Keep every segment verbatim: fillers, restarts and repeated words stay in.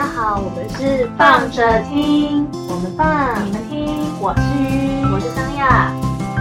好，我们是放着听， 我们放， 你们听， 我是鱼， 我是张亚。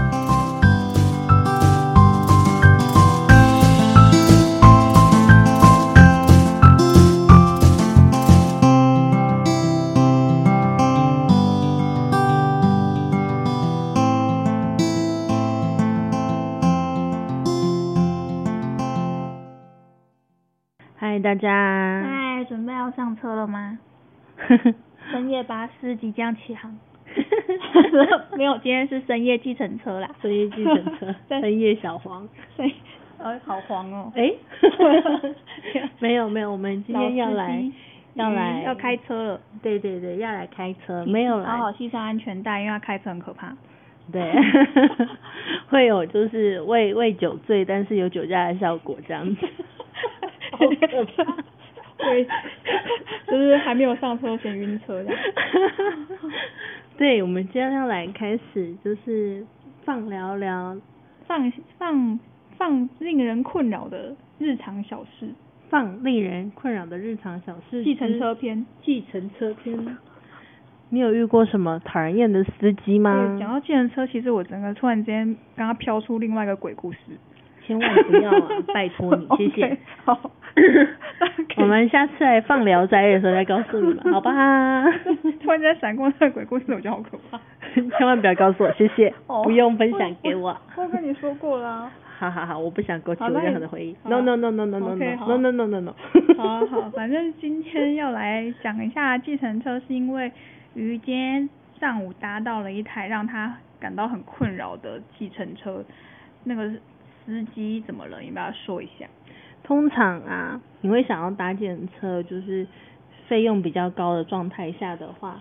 嗨，大家。 嗨，准备要上车了吗？深夜巴士即将起航。没有，今天是深夜计程车啦。 深夜计程车，深夜小黄。 深，呃，好黄哦。 哎、欸，没有没有，我们今天要来要来要开车了。 对对对，要来开车，没有来。 好好系上安全带，因为要开车很可怕。 对，会有就是未未酒醉，但是有酒驾的效果这样子。 好可怕。对，就是还没有上车先晕车这样。 对，我们今天要来开始就是放聊聊， 放放放令人困扰的日常小事， 放令人困扰的日常小事， 计程车篇， 计程车篇。你有遇过什么讨人厌的司机吗？ 对，讲到计程车，其实我整个突然之间刚刚飘出另外一个鬼故事。 千万不要啊！拜托你，谢谢。 Okay, 好， 我们下次来放聊斋的时候再告诉你们，好吧？ 突然间闪过那个鬼故事，我觉得好可怕。 千万不要告诉我，谢谢。 哦、 不用分享给我。 我, 我跟你说过啦。 好好好，我不想勾起我任何的回忆。No no no no no no okay, no no no no no。 好啊好，反正今天要来讲一下计程车，是因为于今天上午搭到了一台让他感到很困扰的计程车，那个司机怎么了？你不要说一下。 通常啊，你会想要搭计程车，就是费用比较高的状态下的话，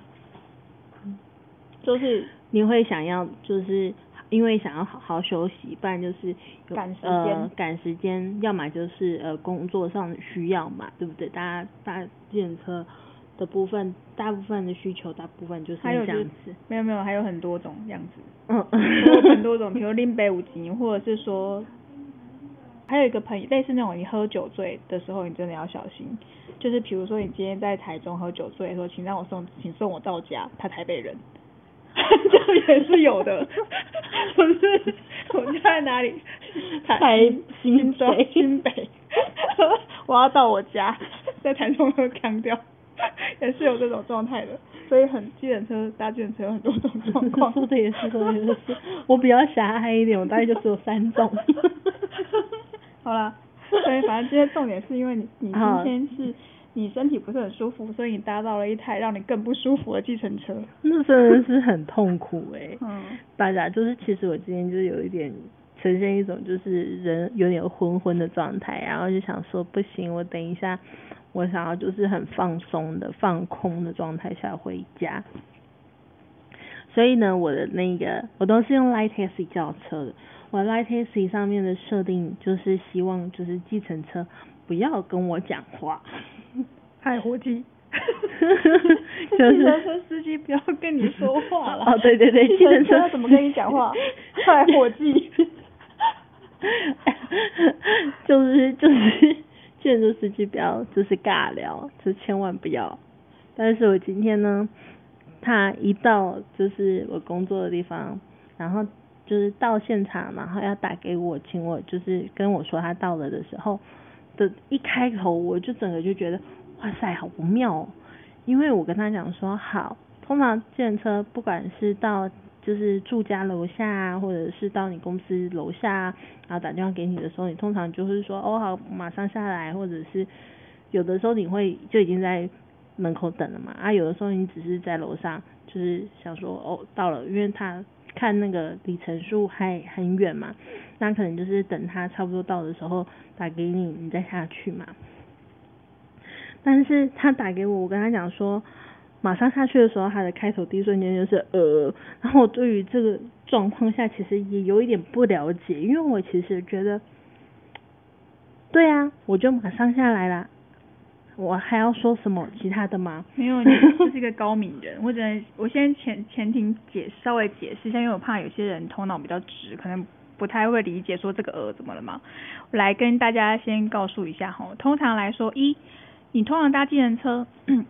就是你会想要，就是因为想要好好休息，不然就是赶时间， 呃赶时间，要么就是呃工作上的需要嘛，对不对？大家搭计程车的部分，大部分的需求，大部分就是这样子。 就是、没有没有，还有很多种样子。 嗯， 有很多种，比如拎杯五级，或者是说，还有一个朋友，类似那种你喝酒醉的时候，你真的要小心。就是比如说你今天在台中喝酒醉，说请让我送，请送我到家，他台北人，这也是有的。不是，我家在哪里？ 台新庄新北，我要到我家，在台中喝扛掉，也是有这种状态的。所以很计程车搭计程车有很多种状况。 说的也是，说的也是。我比较狭隘一点，我大概就只有三种。 好啦，所以反正今天重点是因为你你今天是你身体不是很舒服，所以你搭到了一台让你更不舒服的计程车。 那真的是很痛苦哎、欸。 嗯。 大家就是其实我今天就是有一点呈现一种就是人有点昏昏的状态，然后就想说不行，我等一下我想要就是很放松的放空的状态下回家。所以呢，我的那个我都是用 Line Taxi 叫车的。我 Line Taxi 上面的设定就是希望就是计程车不要跟我讲话， 害伙计。 就是计程车司机不要跟你说话了。 哦，对对对，计程车怎么跟你讲话？害伙计。 就是就是计程车司机不要就是尬聊，就千万不要。但是我今天呢，他一到就是我工作的地方，然后就是到现场，然后要打给我，请我就是跟我说他到了的时候的一开口，我就整个就觉得哇塞，好不妙哦。因为我跟他讲说好，通常计程车不管是到就是住家楼下啊，或者是到你公司楼下啊，然后打电话给你的时候，你通常就是说哦好，马上下来，或者是有的时候你会就已经在门口等了嘛，啊有的时候你只是在楼上，就是想说哦到了，因为他看那个里程数还很远嘛，那可能就是等他差不多到的时候打给你，你再下去嘛。但是他打给我，我跟他讲说马上下去的时候，他的开头第一瞬间就是呃，然后我对于这个状况下其实也有一点不了解，因为我其实觉得对啊，我就马上下来啦，我还要说什么其他的吗？ 没有，你就是一个高敏人。我只能我先前前庭解稍微解释一下，因为我怕有些人头脑比较直，可能不太会理解说这个呃怎么了嘛。我来跟大家先告诉一下哈，通常来说，一你通常搭计程车，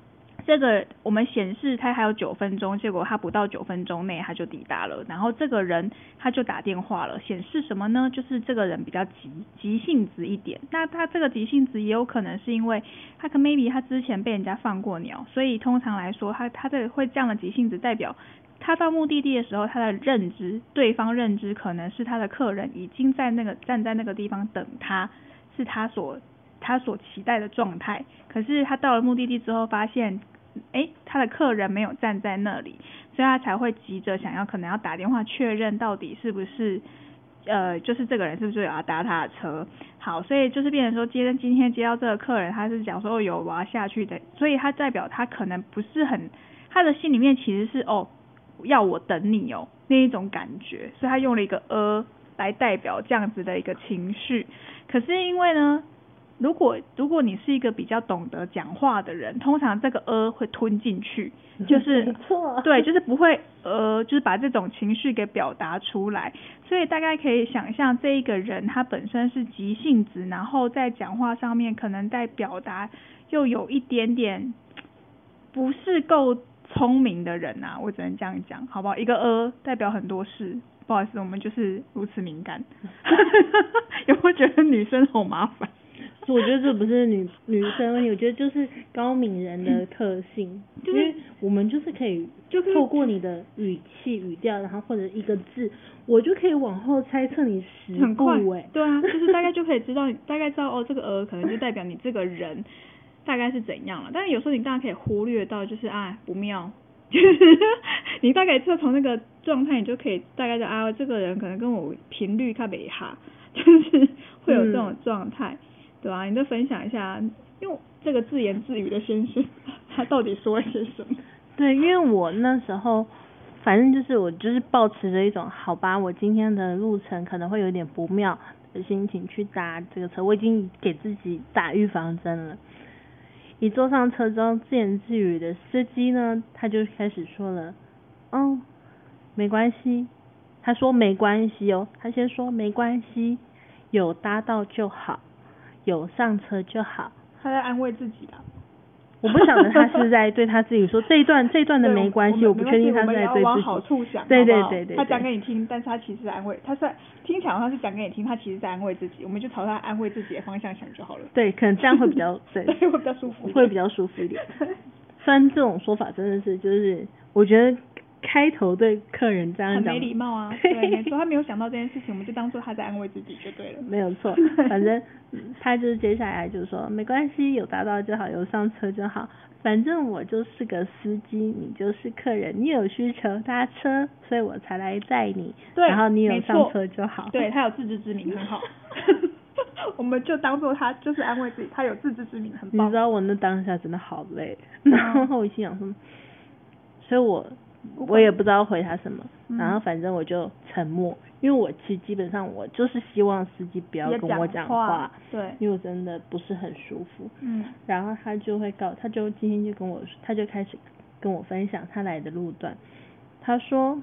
这个我们显示他还有九分钟，结果他不到九分钟内他就抵达了，然后这个人他就打电话了，显示什么呢？就是这个人比较急急性子一点。那他这个急性子也有可能是因为他可 maybe 他之前被人家放过鸟，所以通常来说他他这个会这样的急性子，代表他到目的地的时候，他的认知对方认知可能是他的客人已经在那个站在那个地方等他，是他所他所期待的状态。可是他到了目的地之后发现哎，他的客人没有站在那里，所以他才会急着想要可能要打电话确认到底是不是呃，就是这个人是不是有要搭他的车。好，所以就是变成说今天今天接到这个客人，他是讲说有我要下去的，所以他代表他可能不是很，他的心里面其实是哦要我等你哦那一种感觉，所以他用了一个呃来代表这样子的一个情绪。可是因为呢如果如果你是一个比较懂得讲话的人，通常这个呃会吞进去，就是对，就是不会呃，就是把这种情绪给表达出来。所以大概可以想象这一个人他本身是急性子，然后在讲话上面可能在表达又有一点点不是够聪明的人啊，我只能这样讲，好不好？一个呃代表很多事。不好意思，我们就是如此敏感。有没有觉得女生好麻烦？ 我觉得这不是女女生问题，我觉得就是高敏人的特性，就是、因为我们就是可以就是透过你的语气语调，然后或者一个字，我就可以往后猜测你十步哎、欸， 对啊，就是大概就可以知道，大概知道哦，这个呃可能就代表你这个人大概是怎样了。但是有时候你当然可以忽略到，就是啊不妙。就是你大概就从那个状态，你就可以大概知道啊，这个人可能跟我频率差别哈，就是会有这种状态。嗯对啊，你再分享一下，因为这个自言自语的先生，他到底说了些什么？ 对，因为我那时候，反正就是我就是抱持着一种好吧，我今天的路程可能会有点不妙的心情去搭这个车，我已经给自己打预防针了。一坐上车之后，自言自语的司机呢，他就开始说了，哦，没关系，他说没关系哦，他先说没关系，有搭到就好。有上车就好， 他在安慰自己的。 我不晓得他是在对他自己说这一段这一段的没关系，我不确定他是在对自己。 我们要往好处想， 对对对 对, 对。 他讲给你听，但是他其实安慰，他是听起来好像是讲给你听，他其实在安慰自己，我们就朝他安慰自己的方向想就好了。 对，可能这样会比较对， 对会比较舒服， 会比较舒服一点。虽然这种说法真的是，就是我觉得。开头对客人这样讲很没礼貌啊，对，没错，他没有想到这件事情，我们就当做他在安慰自己就对了。 没有错，反正他就是接下来就是说没关系，有达到就好，有上车就好，反正我就是个司机，你就是客人，你有需求搭车，所以我才来载你， 对， 然后你有上车就好。 对，他有自知之明，很好。我们就当做他就是安慰自己，他有自知之明，很棒。 你知道我那当下真的好累，然后我心想说，所以我。我也不知道回他什么、嗯，然后反正我就沉默，因为我其实基本上我就是希望司机不要跟我讲话， 对， 因为我真的不是很舒服。 嗯， 然后他就会告，他就今天就跟我，他就开始跟我分享他来的路段。他说：“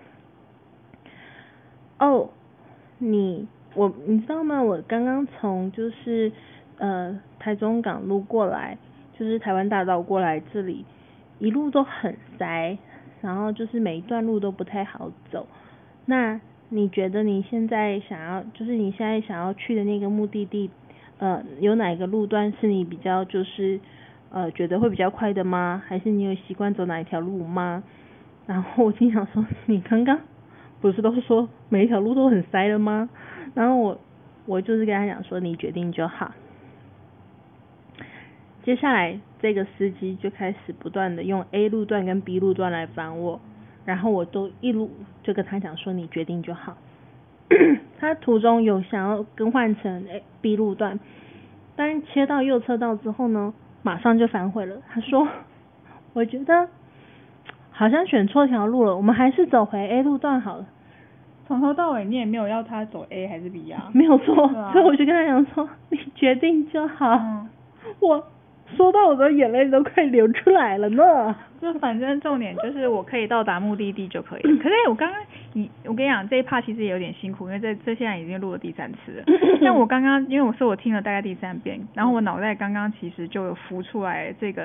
哦，你我你知道吗？我刚刚从就是呃台中港路过来，就是台湾大道过来这里，一路都很塞。”然后就是每一段路都不太好走，那你觉得你现在想要，就是你现在想要去的那个目的地，呃，有哪一个路段是你比较就是呃觉得会比较快的吗？还是你有习惯走哪一条路吗？然后我心想说，你刚刚不是都说每一条路都很塞了吗？然后我我就是跟他讲说，你决定就好。接下来这个司机就开始不断的用 A 路段跟 B 路段来烦我，然后我都一路就跟他讲说你决定就好。他途中有想要更换成 B 路段，但切到右车道之后呢，马上就反悔了。他说我觉得好像选错条路了，我们还是走回 A 路段好了。 从头到尾你也没有要他走 A 还是 B 啊？ 没有错、啊、所以我就跟他讲说你决定就好、嗯、我说到我的眼泪都快流出来了呢。 就反正重点就是我可以到达目的地就可以了。可是我刚刚你我跟你讲这一 part 其实也有点辛苦，因为这这现在已经录了第三次了。但我刚刚因为我说我听了大概第三遍，然后我脑袋刚刚其实就有浮出来这个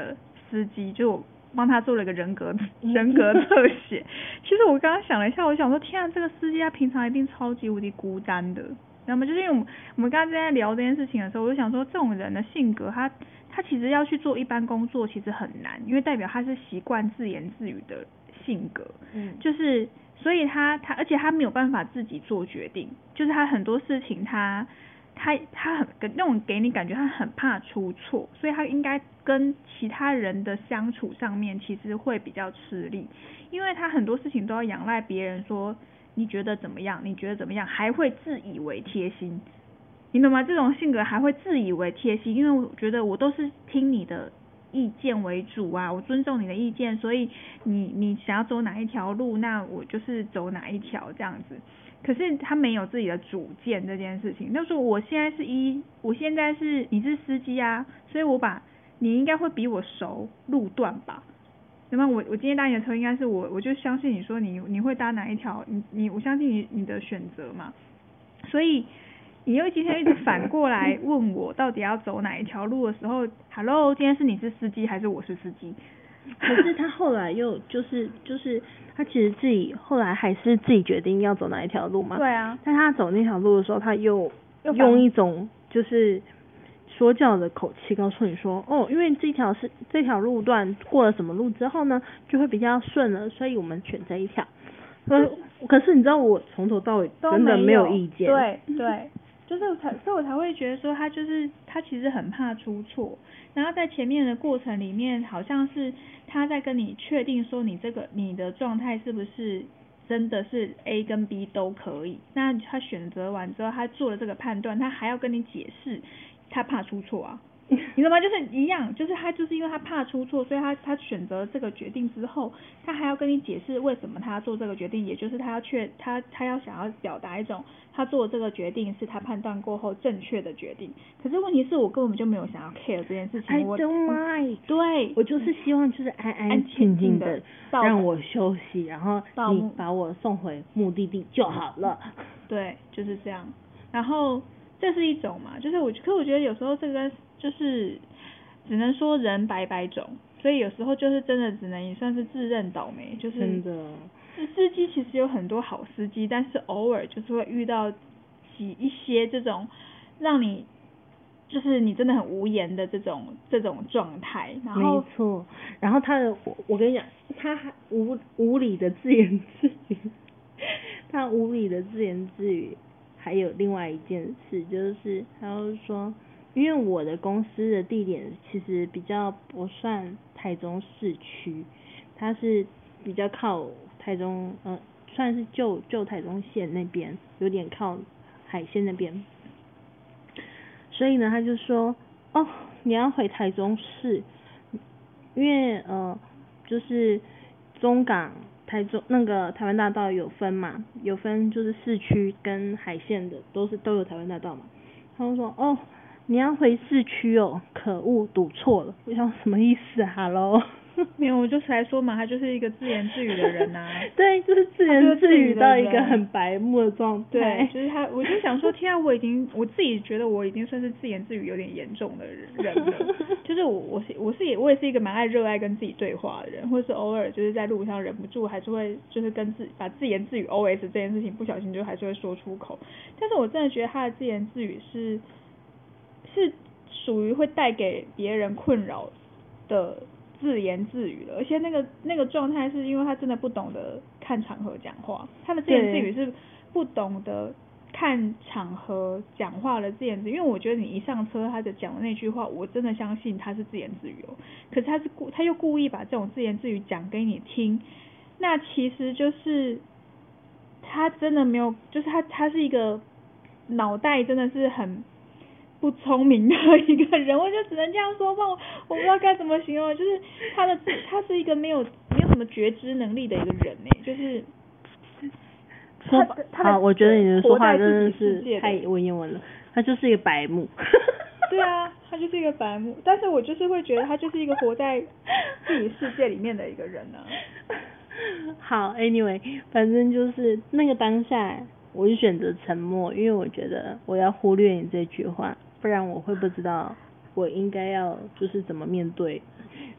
司机，就我帮他做了一个人格人格特写。其实我刚刚想了一下，我想说，天啊，这个司机他平常一定超级无敌孤单的。那么就是因为我们我们刚刚在聊这件事情的时候，我就想说，这种人的性格，他他其实要去做一般工作，其实很难，因为代表他是习惯自言自语的性格，嗯，就是所以他他而且他没有办法自己做决定，就是他很多事情他他他很那种给你感觉他很怕出错，所以他应该跟其他人的相处上面其实会比较吃力，因为他很多事情都要仰赖别人说。你觉得怎么样？你觉得怎么样？还会自以为贴心，你懂吗？这种性格还会自以为贴心，因为我觉得我都是听你的意见为主啊，我尊重你的意见，所以你你想要走哪一条路，那我就是走哪一条这样子。可是他没有自己的主见这件事情，就是我现在是一，我现在是你是司机啊，所以我把你应该会比我熟路段吧。那么我我今天搭你的车，应该是我我就相信你说你你会搭哪一条，你你我相信你你的选择嘛，所以你又今天一直反过来问我到底要走哪一条路的时候，Hello， 今天是你是司机还是我是司机？ 可是他后来又就是就是他其实自己后来还是自己决定要走哪一条路嘛。 对啊。 但他走那条路的时候，他又用一种就是说教的口气告诉你说，哦，因为这条是这条路段过了什么路之后呢，就会比较顺了，所以我们选这一条。可可是你知道我从头到尾真的没有意见。 对对，就是我才所以我才会觉得说他就是他其实很怕出错，然后在前面的过程里面，好像是他在跟你确定说你这个你的状态是不是真的是 A 跟 B 都可以，那他选择完之后，他做了这个判断，他还要跟你解释。他怕出错啊，你知道吗？就是一样，就是他就是因为他怕出错，所以他他选择这个决定之后，他还要跟你解释为什么他要做这个决定，也就是他要确他他要想要表达一种他做这个决定是他判断过后正确的决定。可是问题是我根本就没有想要 care 这件事情。 I don't mind。 对， 我就是希望就是安安静静的让我休息，然后你把我送回目的地就好了。 对，就是这样。然后。这是一种嘛，就是我，可我觉得有时候这个就是只能说人百百种，所以有时候就是真的只能也算是自认倒霉，就是真的。 司机其实有很多好司机，但是偶尔就是会遇到几一些这种让你就是你真的很无言的这种这种状态，然后没错，然后他的我我跟你讲，他还无无理的自言自语，他无理的自言自语。还有另外一件事，就是他就说，因为我的公司的地点其实比较不算台中市区，它是比较靠台中，呃，算是旧旧台中县那边，有点靠海线那边。所以呢，他就说，哦，你要回台中市，因为呃，就是中港。台中那个台湾大道有分嘛，有分就是市区跟海线的，都是都有台湾大道嘛。他就说，哦，你要回市区哦，可恶，赌错了。我想什么意思啊 ？Hello， 没有，我就是来说嘛，他就是一个自言自语的人啊。 对，就是自言自语到一个很白目的状态。 对，就是他，我就想说，天啊，我已经我自己觉得我已经算是自言自语有点严重的人了。就是我我是我是也我也是一个蛮爱热爱跟自己对话的人，或是偶尔就是在路上忍不住还是会就是跟自把自言自语 O S 这件事情不小心就还是会说出口。但是我真的觉得他的自言自语是是属于会带给别人困扰的自言自语的，而且那个那个状态是因为他真的不懂得看场合讲话，他的自言自语是不懂得看场合讲话的自言自语，因为我觉得你一上车他的讲的那句话，我真的相信他是自言自语哦。可是他是故他又故意把这种自言自语讲给你听，那其实就是他真的没有，就是他他是一个脑袋真的是很不聪明的一个人，我就只能这样说吧，我我不知道该怎么形容，就是他的他是一个没有没有什么觉知能力的一个人呢，就是。 说好，我觉得你的说话真的是太文言文了，他就是一个白目。 对啊，他就是一个白目，但是我就是会觉得他就是一个活在自己世界里面的一个人呢、啊。 好 ，anyway， 反正就是那个当下，我就选择沉默，因为我觉得我要忽略你这句话，不然我会不知道我应该要就是怎么面对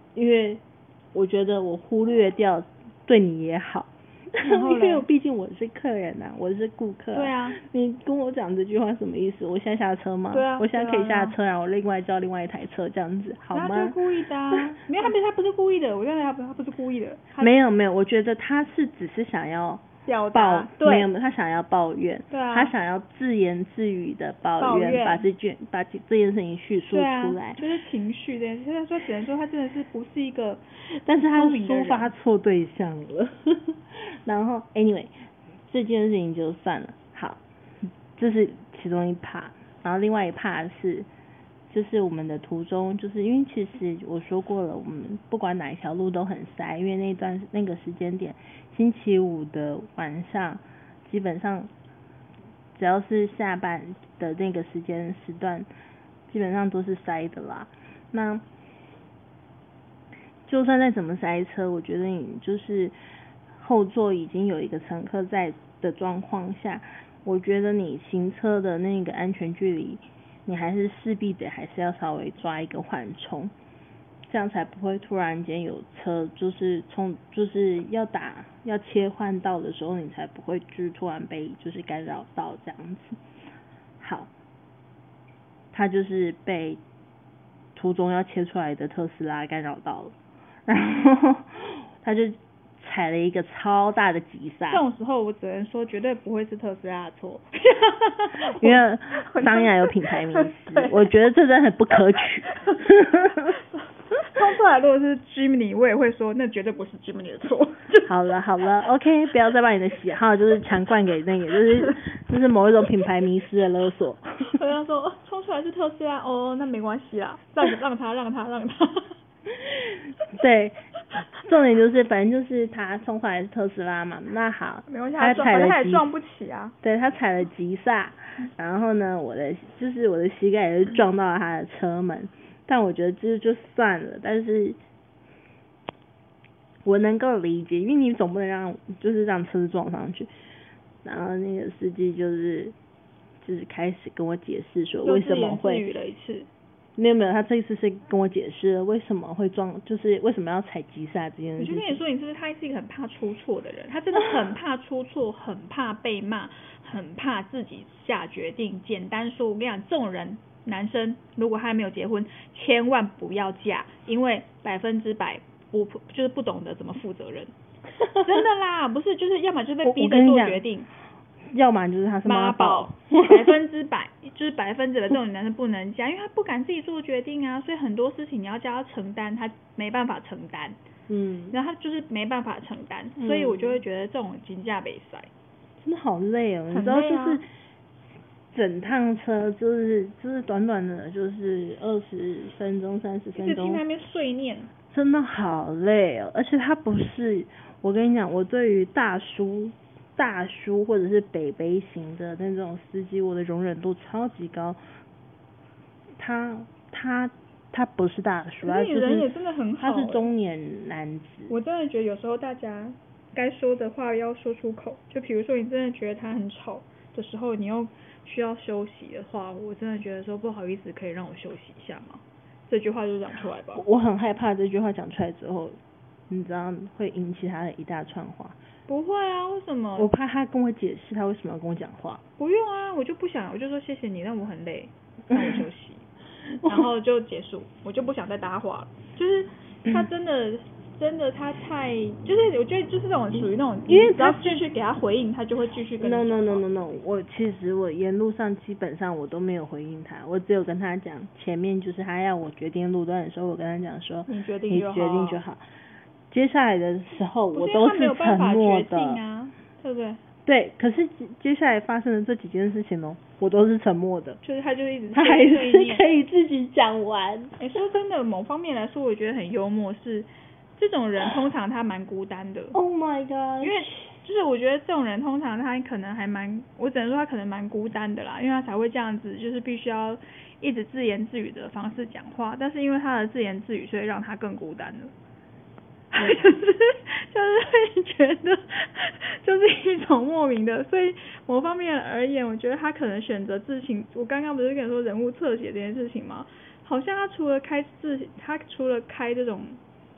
因为我觉得我忽略掉对你也好。 然后因为毕竟我是客人呐、啊，我是顾客、啊。 对啊。 你跟我讲这句话什么意思？我现在下车吗？ 对啊。 我现在可以下车， 啊、 然后我另外叫另外一台车这样子，好吗？ 他是故意的啊，没有，他没，他不是故意的，我认为他不，他不是故意的。 没有没有，我觉得他是只是想要表达， 没有没有，他想要抱怨， 对啊， 他想要自言自语的抱怨， 抱怨把这件把这这件事情叙述出来， 啊、就是情绪的。现在说只能说他真的是不是一个， 但是他抒发错对象了。然后 anyway 这件事情就算了，好，这是其中一 part， 然后另外一 part 是就是我们的途中，就是因为其实我说过了，我们不管哪一条路都很塞，因为那段那个时间点，星期五的晚上，基本上只要是下班的那个时间时段，基本上都是塞的啦。那就算再怎么塞车，我觉得你就是后座已经有一个乘客在的状况下，我觉得你行车的那个安全距离，你还是势必得还是要稍微抓一个缓冲，这样才不会突然间有车就是冲就是要打要切换道的时候，你才不会就是突然被就是干扰到这样子。好，他就是被途中要切出来的特斯拉干扰到了，然后他就踩了一个超大的急刹。 这种时候我只能说绝对不会是特斯拉的错， 因为桑雅有品牌迷思，我觉得这真的很不可取。 冲出来如果是 Jimny， 我也会说那绝对不是 Jimny 的错。 好了好了 ，OK， 不要再把你的喜好就是强灌给那个，就是就是某一种品牌迷思的勒索。 我要说冲出来是特斯拉，哦，那没关系啦，让让他让他让他。 对，重点就是反正就是他冲出来是特斯拉嘛，那好， 没关系， 他踩了他也撞不起啊。 对，他踩了急刹，然后呢，我的就是我的膝盖也是撞到了他的车门，但我觉得这就算了，但是我能够理解，因为你总不能让就是让车子撞上去，然后那个司机就是就是开始跟我解释说为什么会。 自言自语了一次。 没有没有，他这一次是跟我解释了为什么会撞，就是为什么要踩急刹这件事情。 我就跟你说，你是不是他是一个很怕出错的人？他真的很怕出错，很怕被骂，很怕自己下决定。简单说，我跟你讲，这种人，男生如果他还没有结婚，千万不要嫁，因为百分之百不就是不懂得怎么负责任。真的啦，不是就是要么就被逼着做决定。 要么就是他是妈宝， 百分之百就是百分之的这种男生不能嫁，因为他不敢自己做决定啊，所以很多事情你要叫他承担，他没办法承担， 嗯， 然后他就是没办法承担，嗯、所以我就会觉得这种金价被塞， 真的好累哦， 啊、 你知道就是整趟车就是就是短短的就是二十分钟三十分钟， 一直听那边碎念， 真的好累哦，而且他不是，我跟你讲，我对于大叔。大叔或者是北北型的那种司机，我的容忍度超级高。他他他不是大叔， 可是你人也真的很好、 欸，他是中年男子。 我真的觉得有时候大家该说的话要说出口，就比如说你真的觉得他很吵的时候，你又需要休息的话，我真的觉得说不好意思，可以让我休息一下吗？这句话就讲出来吧。 我很害怕这句话讲出来之后，你知道会引起他的一大串话。 不会啊，为什么？ 我怕他跟我解释他为什么要跟我讲话。 不用啊，我就不想，我就说谢谢你，让我很累，让我休息，然后就结束，我就不想再搭话了。就是他真的，真的他太，就是我觉得就是那种属于那种，因为只要继续给他回应，他就会继续跟你讲。 No no no no no， 我其实我沿路上基本上我都没有回应他，我只有跟他讲前面就是他要我决定路段的时候，我跟他讲说你决定就好， 你决定就好。接下来的时候我都是沉默的， 啊、对不对？ 对，可是接下来发生的这几件事情呢，我都是沉默的。 就是他就一直他还是可以自己讲完。 哎、欸，说真的，某方面来说，我觉得很幽默是，这种人通常他蛮孤单的。 Oh my god！ 因为就是我觉得这种人通常他可能还蛮，我只能说他可能蛮孤单的啦，因为他才会这样子，就是必须要一直自言自语的方式讲话，但是因为他的自言自语，所以让他更孤单了。就是就是会觉得就是一种莫名的，所以某方面而言，我觉得他可能选择自行，我刚刚不是跟你说人物侧写这件事情吗？好像他除了开自，他除了开这种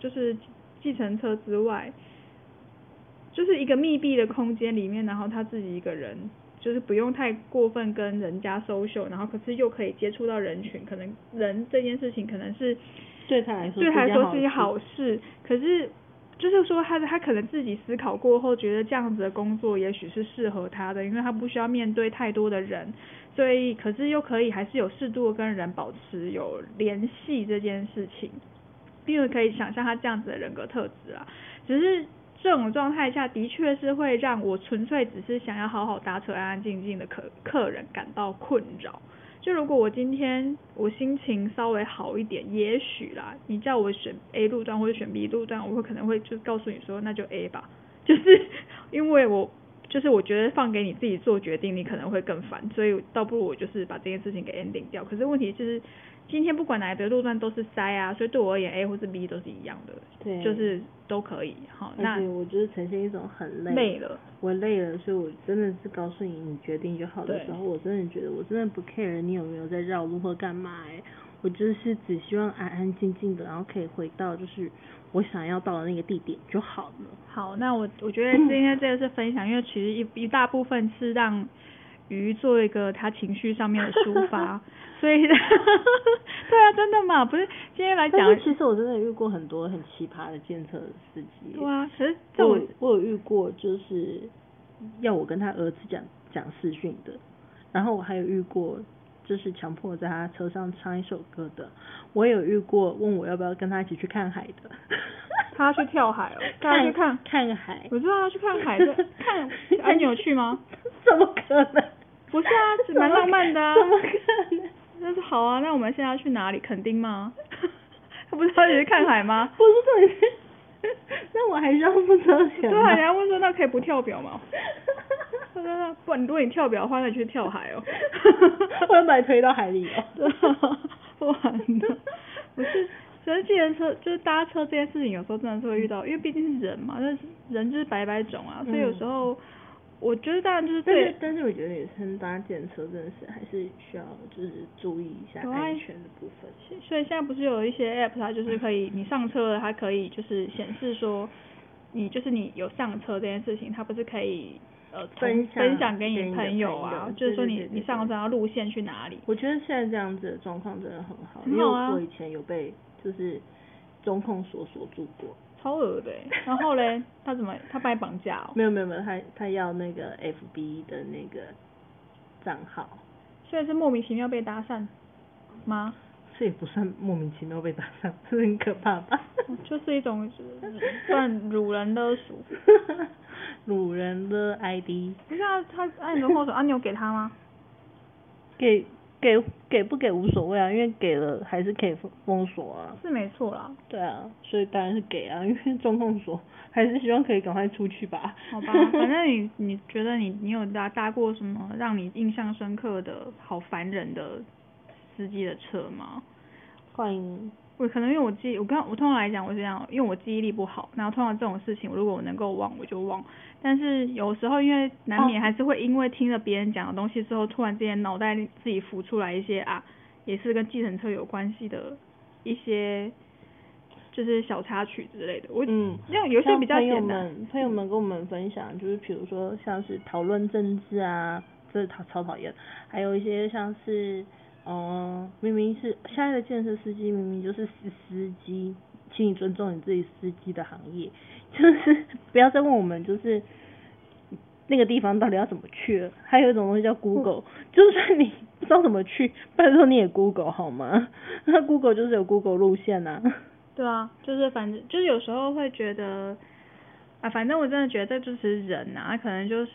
就是计程车之外，就是一个密闭的空间里面，然后他自己一个人，就是不用太过分跟人家 social， 然后可是又可以接触到人群，可能人这件事情可能是对他来说对他来说是一件好好事，可是就是说他他可能自己思考过后，觉得这样子的工作也许是适合他的，因为他不需要面对太多的人，所以可是又可以还是有适度的跟人保持有联系这件事情，因为可以想象他这样子的人格特质啊，只是这种状态下的确是会让我纯粹只是想要好好搭车安安静静的客客人感到困扰。就如果我今天我心情稍微好一点，也许啦，你叫我选 A 路段或者选 B 路段，我会可能会就告诉你说那就 A 吧，就是因为我就是我觉得放给你自己做决定，你可能会更烦，所以倒不如我就是把这件事情给 ending 掉。可是问题就是今天不管哪一个路段都是塞啊，所以对我而言 A 或是 B 都是一样的， 对， 就是都可以。好，那我就是呈现一种很累累了， 我累了，所以我真的是告诉你，你决定就好的时候，我真的觉得我真的不 care 你有没有在绕路或干嘛哎、欸，我就是只希望安安静静的，然后可以回到就是我想要到的那个地点就好了。 好，那我我觉得今天这个是分享，因为其实一一大部分是让鱼做一个他情绪上面的抒发，所以对啊，真的嘛，不是今天来讲， 但是其实我真的遇过很多很奇葩的建车司机。 对啊，可是这我我有遇过，就是要我跟他儿子讲讲视讯的，然后我还有遇过就是强迫在他车上唱一首歌的，我也有遇过问我要不要跟他一起去看海的。 他要去跳海哦，他要去看看海， 我知道他去看海的，看啊，你有去吗？ 怎么可能？ 不是啊，是蛮浪漫的啊。 怎么可能？ 那是好啊，那我们现在要去哪里？垦丁吗？他不是要去看海吗？ 不是重点是，那我还是要付车钱。 对啊，人家问说那可以不跳表吗？他说不，如果你跳表的话，那你去跳海哦。 我要把你推到海里哦。 对啊，不玩的，不是。可是计程车就是搭车这件事情，有时候真的是会遇到，因为毕竟是人嘛，那人就是百百种啊，所以有时候、嗯、我觉得当然就是对， 但是但是我觉得女生搭计程车真的是还是需要就是注意一下安全的部分。 所以现在不是有一些 app， 它就是可以你上车了，它可以就是显示说你就是你有上车这件事情，它不是可以呃分享分享给你朋友啊， 友啊就是说你对对对对你上车然后路线去哪里。 我觉得现在这样子的状况真的很好， 很好啊， 因为我以前有被就是中控所锁住过， 超恶的。然后嘞，他怎么他把你绑架哦？ 没有没有没有，他他要那个 F B 的那个账号， 所以是莫名其妙被搭讪吗？ 这也不算莫名其妙被搭讪，是很可怕吧？ 就是一种算辱人勒索。 辱人的 I D。 不是啊，他按你的后手，啊，你有给他吗？ 给。给给不给无所谓啊，因为给了还是可以封锁啊。 是没错啦。 对啊，所以当然是给啊，因为中控所还是希望可以赶快出去吧。 好吧，反正你你觉得你你有搭搭过什么让你印象深刻的好烦人的司机的车吗？ 欢迎。 我可能因为我记我刚我通常来讲我是这样，因为我记忆力不好，然后通常这种事情如果我能够忘我就忘，但是有时候因为难免还是会因为听了别人讲的东西之后，突然之间脑袋自己浮出来一些啊，也是跟计程车有关系的一些就是小插曲之类的。我嗯，那有些比较简单。 朋友们朋友们跟我们分享，就是比如说像是讨论政治啊，这超超讨厌，还有一些像是。哦、嗯，明明是现在的建设司机，明明就是司司机，请你尊重你自己司机的行业，就是不要再问我们就是那个地方到底要怎么去了。还有一种东西叫 Google，、嗯、就算你不知道怎么去，拜托你也 Google 好吗？那 Google 就是有 Google 路线啊。 对啊，就是反正就是有时候会觉得啊，反正我真的觉得这就是人啊，可能就是。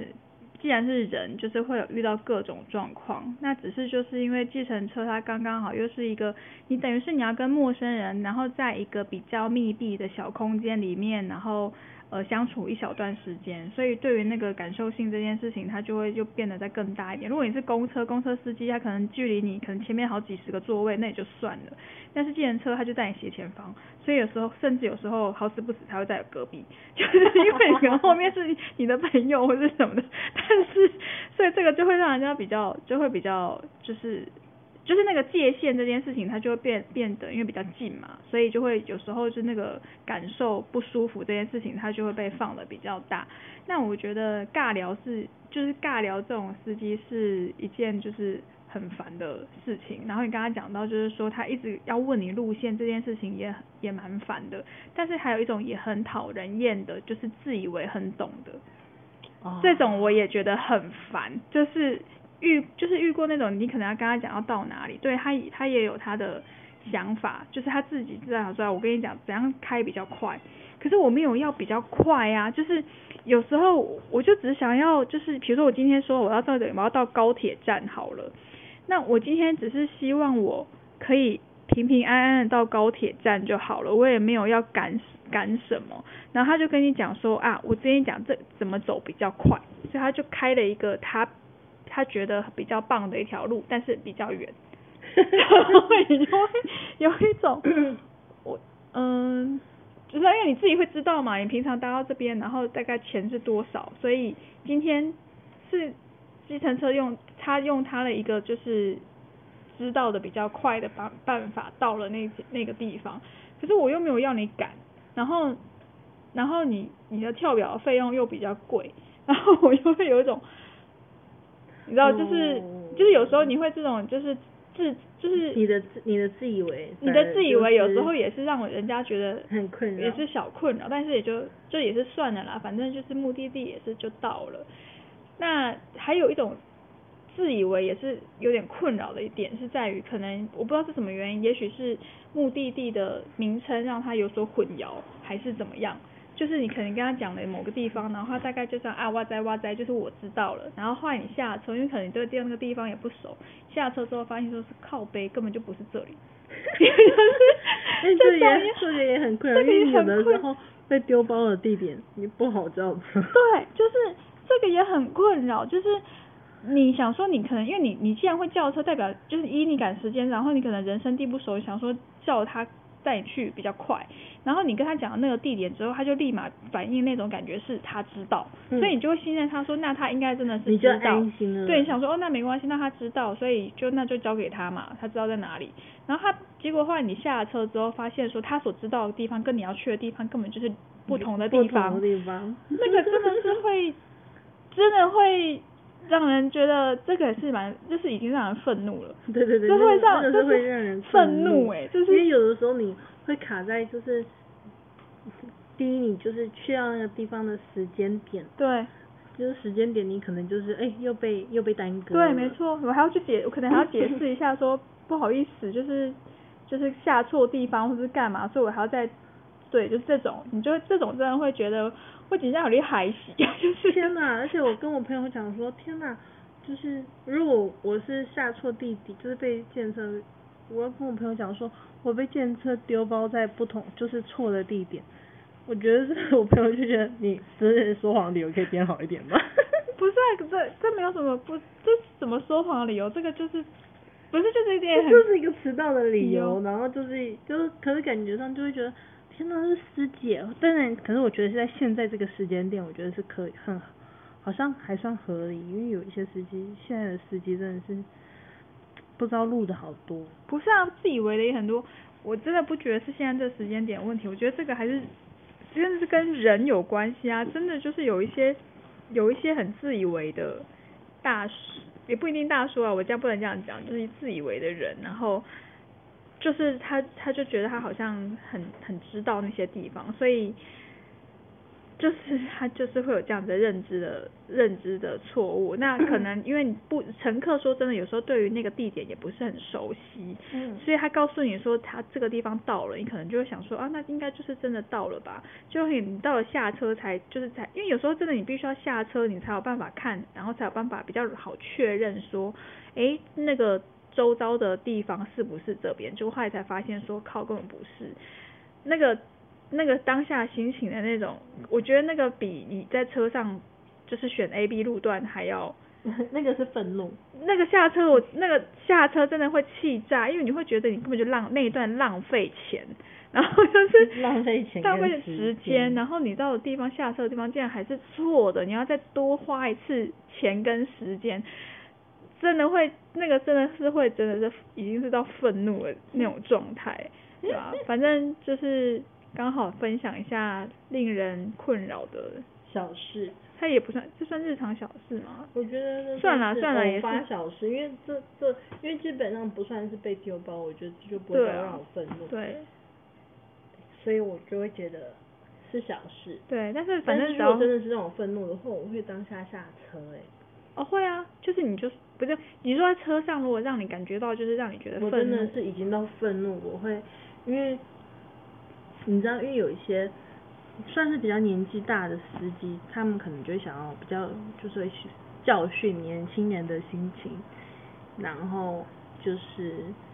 既然是人，就是会有遇到各种状况，那只是就是因为计程车它刚刚好又是一个，你等于是你要跟陌生人，然后在一个比较密闭的小空间里面，然后呃相处一小段时间，所以对于那个感受性这件事情，它就会就变得再更大一点。如果你是公车，公车司机他可能距离你可能前面好几十个座位，那也就算了，但是计程车他就在你斜前方，所以有时候甚至有时候好死不死才会在隔壁，就是因为可能后面是你的朋友或是什么的，但是所以这个就会让人家比较就会比较就是就是那个界限这件事情，它就会变变得因为比较近嘛，所以就会有时候就那个感受不舒服这件事情，它就会被放得比较大。那我觉得尬聊是就是尬聊这种司机是一件就是很烦的事情。然后你刚刚讲到就是说他一直要问你路线这件事情也也蛮烦的。但是还有一种也很讨人厌的，就是自以为很懂的。哦、这种我也觉得很烦，就是遇就是遇过那种你可能要跟他讲要到哪里，对他他也有他的想法，就是他自己知道说，我跟你讲怎样开比较快，可是我没有要比较快啊，就是有时候我就只想要就是比如说我今天说我要到我要到高铁站好了，那我今天只是希望我可以平平安安的到高铁站就好了，我也没有要赶赶什么。然后他就跟你讲说啊，我跟你讲这怎么走比较快，所以他就开了一个他他觉得比较棒的一条路，但是比较远。然后你就会有一种我嗯，就是因为你自己会知道嘛，你平常搭到这边，然后大概钱是多少，所以今天是计程车用他用他的一个就是知道的比较快的办办法到了那那个地方，可是我又没有要你赶，然后然后你你的跳表费用又比较贵，然后我就会有一种你知道就是、哦、就是有时候你会这种就是自就是你的你的自以为你的自以为有时候也是让人家觉得很困扰， 也是小困扰，但是也就就也是算了啦，反正就是目的地也是就到了。那还有一种自以为也是有点困扰的一点是在于，可能我不知道是什么原因，也许是目的地的名称让他有所混淆，还是怎么样。就是你可能跟他讲了某个地方，然后他大概就像啊哇哉哇哉，就是我知道了。然后后来你下车，因为可能你对那个地方也不熟，下车之后发现说是靠北，根本就不是这里。 哎，这也这个也很困扰，因为有的时候被丢包的地点你不好叫车。 对，就是这个也很困扰，就是你想说你可能因为你你既然会叫车，代表就是一你赶时间，然后你可能人生地不熟，想说叫他带你去比较快，然后你跟他讲的那个地点之后，他就立马反应那种感觉是他知道，嗯、所以你就会信任他说，那他应该真的是知道， 你就安心了。 对，你想说哦，那没关系，那他知道，所以就那就交给他嘛，他知道在哪里。然后他结果后来你下了车之后，发现说他所知道的地方跟你要去的地方根本就是不同的地方， 不同的地方， 那个真的是会，真的会。让人觉得这个也是蛮，就是已经让人愤怒了。 对对对， 这会让， 这、那个、会让人愤怒哎、欸，就是因为有的时候你会卡在就是，第一你就是去到那个地方的时间点， 对， 就是时间点你可能就是哎、欸、又被又被耽搁。 对，没错，我还要去解，我可能还要解释一下说不好意思，就是就是下错地方或是干嘛，所以我还要再。对，就是这种，你就这种真的会觉得会紧张有点害喜，就是天哪！而且我跟我朋友讲说，天哪，就是如果我是下错地点，就是被建车，我要跟我朋友讲说，我被建车丢包在不同就是错的地点，我觉得这我朋友就觉得你真的说谎理由可以编好一点吗？ 不是、啊，这这没有什么不，这怎么说谎的理由？这个就是不是就是一点很， 就是一个迟到的理由，然后就是就是可是感觉上就会觉得。天哪，是师姐！当然，可是我觉得是在现在这个时间点，我觉得是可以很，好像还算合理，因为有一些司机，现在的司机真的是不知道路的好多。 不是啊，自以为的也很多。我真的不觉得是现在这时间点问题，我觉得这个还是真的是跟人有关系啊！真的就是有一些有一些很自以为的大叔，也不一定大叔啊，我这样不能这样讲，就是自以为的人，然后。就是他，他就觉得他好像很很知道那些地方，所以就是他就是会有这样子的认知的认知的错误。那可能因为你不乘客说真的，有时候对于那个地点也不是很熟悉，嗯，所以他告诉你说他这个地方到了，你可能就会想说啊，那应该就是真的到了吧？就你到了下车才就是才，因为有时候真的你必须要下车，你才有办法看，然后才有办法比较好确认说，哎，那个。周遭的地方是不是这边？就后来才发现说靠，根本不是。那个那个当下心情的那种，我觉得那个比你在车上就是选 A B 路段还要那个是愤怒。 那个下车我那个下车真的会气炸，因为你会觉得你根本就浪那一段浪费钱，然后就是浪费钱浪费时间，然后你到的地方下车的地方竟然还是错的，你要再多花一次钱跟时间。 真的会那个真的是会真的是已经是到愤怒的那种状态，对吧？反正就是刚好分享一下令人困扰的小事。 它也不算，这算日常小事吗？ 我觉得算了算了，也是小事，因为这这因为基本上不算是被丢包，我觉得这就不会让我愤怒。 对。 所以我就会觉得是小事。 对，但是反正如果真的是让我愤怒的话，我会当下下车哎、欸。 哦，会啊，就是你就是不是你说在车上，如果让你感觉到就是让你觉得愤怒， 我真的是已经到愤怒，我会因为你知道，因为有一些算是比较年纪大的司机，他们可能就会想要比较就是会教训年轻人的心情，然后就是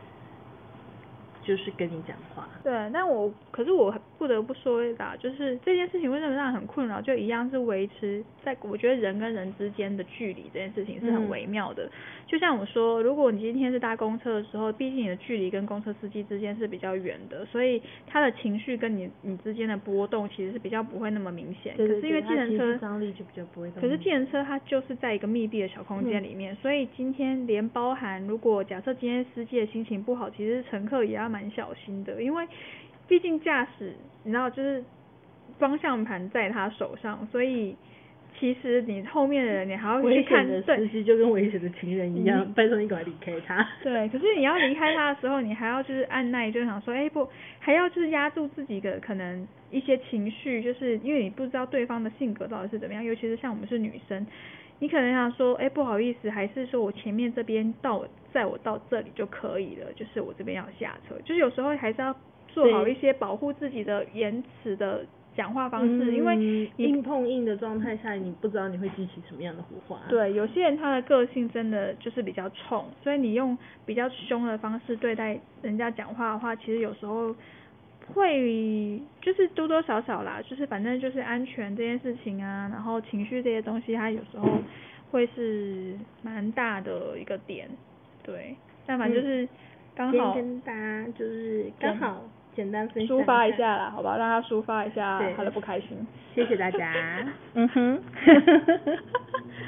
就是跟你讲话。 对，但我可是我不得不说啦，就是这件事情为什么让人很困扰，就一样是维持在我觉得人跟人之间的距离这件事情是很微妙的。嗯、就像我说，如果你今天是搭公车的时候，毕竟你的距离跟公车司机之间是比较远的，所以他的情绪跟你你之间的波动其实是比较不会那么明显。 对对对， 可是因为计程车张力就比较不会。 可是计程车它就是在一个密闭的小空间里面，嗯、所以今天连包含如果假设今天司机的心情不好，其实乘客也要蛮小心的，因为毕竟驾驶你知道就是方向盘在他手上，所以其实你后面的人你还要去看， 危险的司机就跟危险的情人一样，拜托你赶快离开他。 对，可是你要离开他的时候，你还要就是按耐，就想说，哎、欸、不，还要就是压住自己的可能一些情绪，就是因为你不知道对方的性格到底是怎么样，尤其是像我们是女生，你可能想说，哎、欸、不好意思，还是说我前面这边到载我到这里就可以了，就是我这边要下车，就是有时候还是要做好一些保护自己的言辞的讲话方式， 嗯、 因为你硬碰硬的状态下，你不知道你会激起什么样的火花。 对，有些人他的个性真的就是比较冲，所以你用比较凶的方式对待人家讲话的话，其实有时候会就是多多少少啦，就是反正就是安全这件事情啊，然后情绪这些东西，它有时候会是蛮大的一个点。对，但反正就是刚好、 嗯、跟大家就是刚好。简单分享抒发一下啦，好吧，让他抒发一下他的不开心。 谢谢大家。嗯哼。